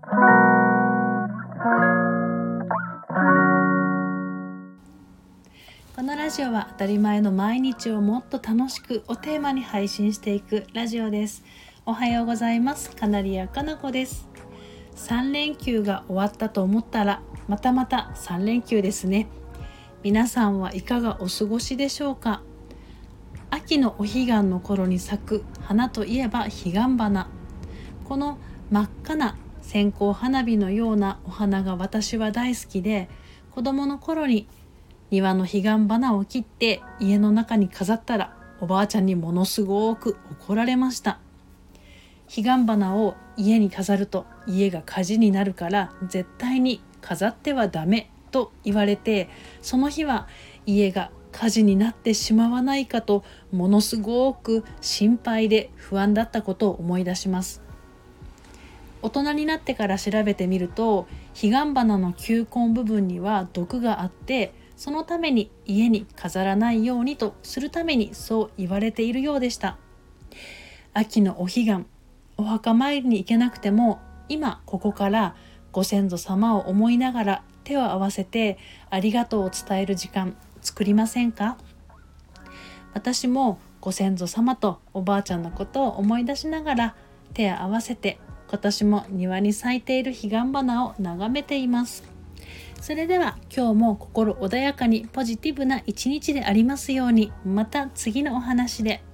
このラジオは当たり前の毎日をもっと楽しくをテーマに配信していくラジオです。おはようございます。カナリアかなこです。3連休が終わったと思ったらまた3連休ですね。皆さんはいかがお過ごしでしょうか。秋のお彼岸の頃に咲く花といえば彼岸花。この真っ赤な線香花火のようなお花が私は大好きで、子供の頃に庭の彼岸花を切って家の中に飾ったらおばあちゃんにものすごく怒られました。彼岸花を家に飾ると家が火事になるから絶対に飾ってはダメと言われて、その日は家が火事になってしまわないかとものすごく心配で不安だったことを思い出します。大人になってから調べてみると、彼岸花の球根部分には毒があって、そのために家に飾らないようにとするためにそう言われているようでした。秋のお彼岸、お墓参りに行けなくても今ここからご先祖様を思いながら手を合わせてありがとうを伝える時間作りませんか。私もご先祖様とおばあちゃんのことを思い出しながら手を合わせて、今年も庭に咲いている彼岸花を眺めています。それでは今日も心穏やかにポジティブな一日でありますように。また次のお話で。